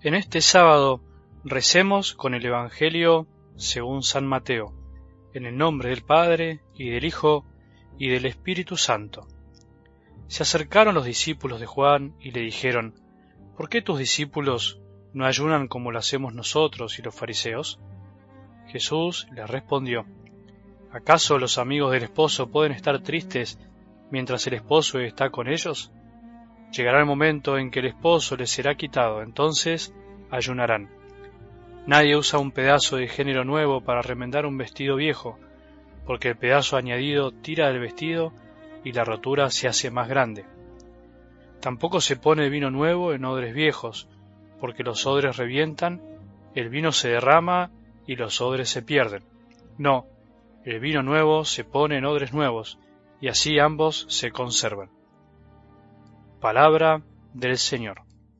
En este sábado recemos con el Evangelio según San Mateo, en el nombre del Padre, y del Hijo, y del Espíritu Santo. Se acercaron los discípulos de Juan y le dijeron: ¿Por qué tus discípulos no ayunan como lo hacemos nosotros y los fariseos? Jesús les respondió: ¿Acaso los amigos del esposo pueden estar tristes mientras el esposo está con ellos? Llegará el momento en que el esposo les será quitado, entonces ayunarán. Nadie usa un pedazo de género nuevo para remendar un vestido viejo, porque el pedazo añadido tira del vestido y la rotura se hace más grande. Tampoco se pone vino nuevo en odres viejos, porque los odres revientan, el vino se derrama y los odres se pierden. No, el vino nuevo se pone en odres nuevos, y así ambos se conservan. Palabra del Señor.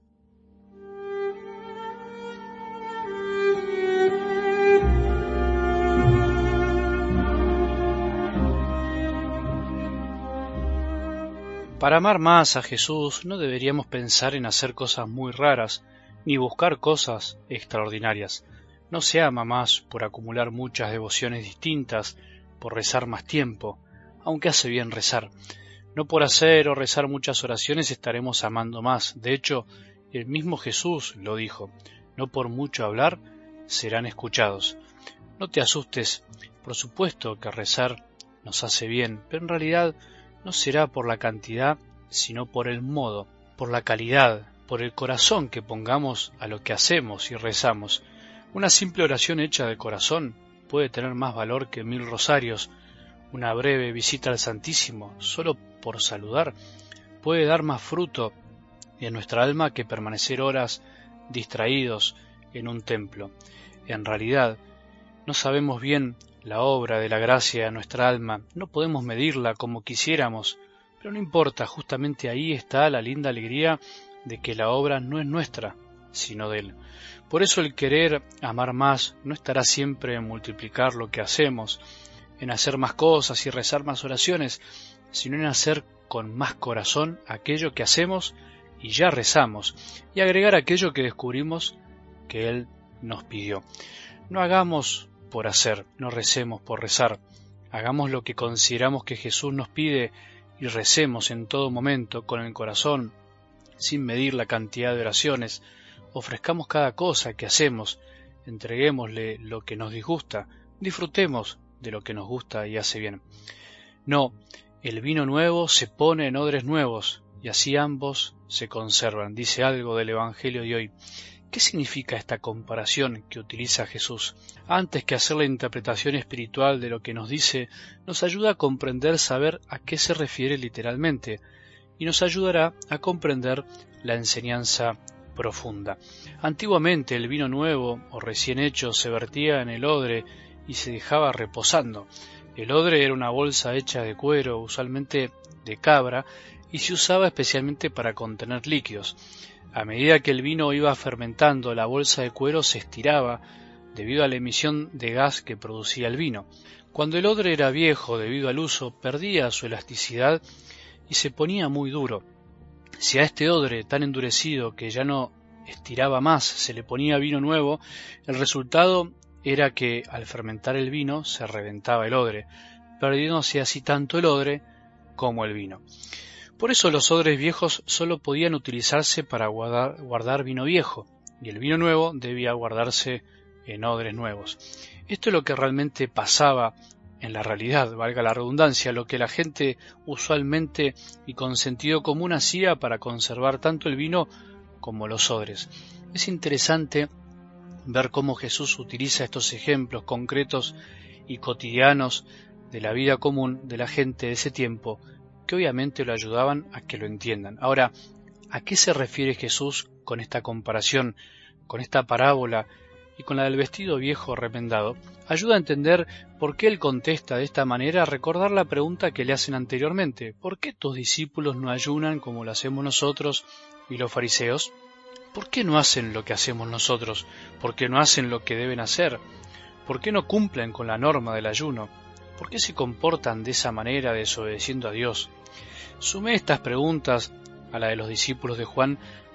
Para amar más a Jesús no deberíamos pensar en hacer cosas muy raras, ni buscar cosas extraordinarias. No se ama más por acumular muchas devociones distintas, por rezar más tiempo, aunque hace bien rezar. No por hacer o rezar muchas oraciones estaremos amando más. De hecho, el mismo Jesús lo dijo: no por mucho hablar serán escuchados. No te asustes, por supuesto que rezar nos hace bien, pero en realidad no será por la cantidad, sino por el modo, por la calidad, por el corazón que pongamos a lo que hacemos y rezamos. Una simple oración hecha de corazón puede tener más valor que 1000 rosarios. Una breve visita al Santísimo, solo por saludar, puede dar más fruto en nuestra alma que permanecer horas distraídos en un templo. En realidad, no sabemos bien la obra de la gracia en nuestra alma, no podemos medirla como quisiéramos, pero no importa, justamente ahí está la linda alegría de que la obra no es nuestra, sino de Él. Por eso el querer amar más no estará siempre en multiplicar lo que hacemos, en hacer más cosas y rezar más oraciones, sino en hacer con más corazón aquello que hacemos y ya rezamos, y agregar aquello que descubrimos que Él nos pidió. No hagamos por hacer, no recemos por rezar, hagamos lo que consideramos que Jesús nos pide y recemos en todo momento con el corazón, sin medir la cantidad de oraciones. Ofrezcamos cada cosa que hacemos, entreguémosle lo que nos disgusta, disfrutemos de lo que nos gusta y hace bien. No, el vino nuevo se pone en odres nuevos, y así ambos se conservan. Dice algo del Evangelio de hoy. ¿Qué significa esta comparación que utiliza Jesús? Antes que hacer la interpretación espiritual de lo que nos dice, nos ayuda a comprender, saber a qué se refiere literalmente, y nos ayudará a comprender la enseñanza profunda. Antiguamente el vino nuevo o recién hecho se vertía en el odre y se dejaba reposando. El odre era una bolsa hecha de cuero, usualmente de cabra, y se usaba especialmente para contener líquidos. A medida que el vino iba fermentando, la bolsa de cuero se estiraba debido a la emisión de gas que producía el vino. Cuando el odre era viejo debido al uso, perdía su elasticidad y se ponía muy duro. Si a este odre tan endurecido que ya no estiraba más se le ponía vino nuevo, el resultado era que al fermentar el vino se reventaba el odre, perdiéndose así tanto el odre como el vino. Por eso los odres viejos solo podían utilizarse para guardar vino viejo, y el vino nuevo debía guardarse en odres nuevos. Esto es lo que realmente pasaba en la realidad, valga la redundancia, lo que la gente usualmente y con sentido común hacía para conservar tanto el vino como los odres. Es interesante ver cómo Jesús utiliza estos ejemplos concretos y cotidianos de la vida común de la gente de ese tiempo, que obviamente lo ayudaban a que lo entiendan. Ahora, ¿a qué se refiere Jesús con esta comparación, con esta parábola y con la del vestido viejo remendado? Ayuda a entender por qué Él contesta de esta manera, a recordar la pregunta que le hacen anteriormente: ¿por qué tus discípulos no ayunan como lo hacemos nosotros y los fariseos? ¿Por qué no hacen lo que hacemos nosotros? ¿Por qué no hacen lo que deben hacer? ¿Por qué no cumplen con la norma del ayuno? ¿Por qué se comportan de esa manera desobedeciendo a Dios? Sumé estas preguntas a la de los discípulos de Juan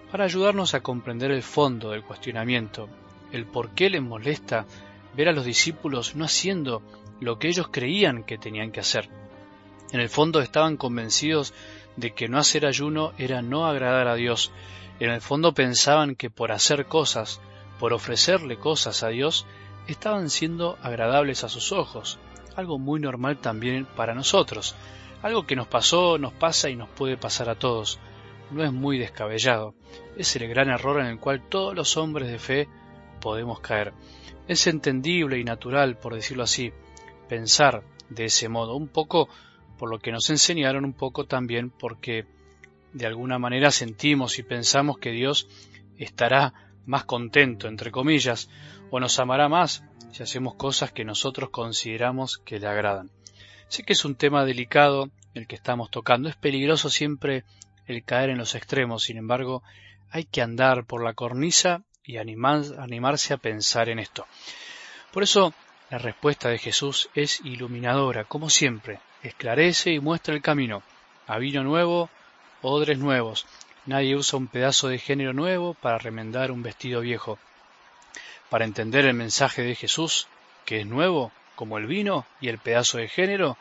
para ayudarnos a comprender el fondo del cuestionamiento, el por qué les molesta ver a los discípulos no haciendo lo que ellos creían que tenían que hacer. En el fondo estaban convencidos de que no hacer ayuno era no agradar a Dios. En el fondo pensaban que por hacer cosas, por ofrecerle cosas a Dios, estaban siendo agradables a sus ojos, algo muy normal también para nosotros, algo que nos pasó, nos pasa y nos puede pasar a todos. No es muy descabellado, es el gran error en el cual todos los hombres de fe podemos caer. Es entendible y natural, por decirlo así, pensar de ese modo, un poco por lo que nos enseñaron, un poco también porque de alguna manera sentimos y pensamos que Dios estará más contento, entre comillas, o nos amará más si hacemos cosas que nosotros consideramos que le agradan. Sé que es un tema delicado el que estamos tocando, es peligroso siempre el caer en los extremos, sin embargo, hay que andar por la cornisa y animarse a pensar en esto. Por eso, la respuesta de Jesús es iluminadora, como siempre, esclarece y muestra el camino. A vino nuevo, odres nuevos. Nadie usa un pedazo de género nuevo para remendar un vestido viejo. Para entender el mensaje de Jesús, que es nuevo, como el vino y el pedazo de género,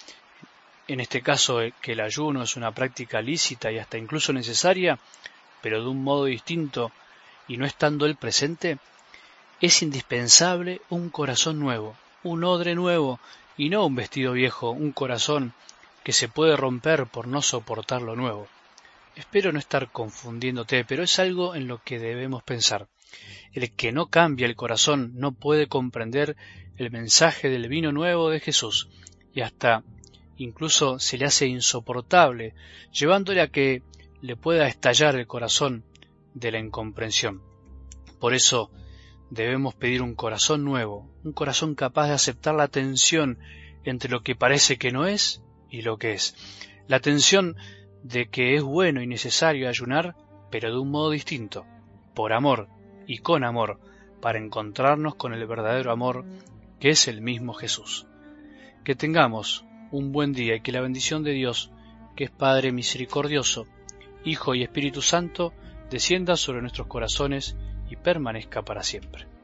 en este caso que el ayuno es una práctica lícita y hasta incluso necesaria, pero de un modo distinto y no estando él presente, es indispensable un corazón nuevo, un odre nuevo y no un vestido viejo, un corazón que se puede romper por no soportar lo nuevo. Espero no estar confundiéndote, pero es algo en lo que debemos pensar. El que no cambia el corazón no puede comprender el mensaje del vino nuevo de Jesús y hasta incluso se le hace insoportable, llevándole a que le pueda estallar el corazón de la incomprensión. Por eso debemos pedir un corazón nuevo, un corazón capaz de aceptar la tensión entre lo que parece que no es y lo que es. La tensión de que es bueno y necesario ayunar, pero de un modo distinto, por amor y con amor, para encontrarnos con el verdadero amor que es el mismo Jesús. Que tengamos un buen día y que la bendición de Dios, que es Padre misericordioso, Hijo y Espíritu Santo, descienda sobre nuestros corazones y permanezca para siempre.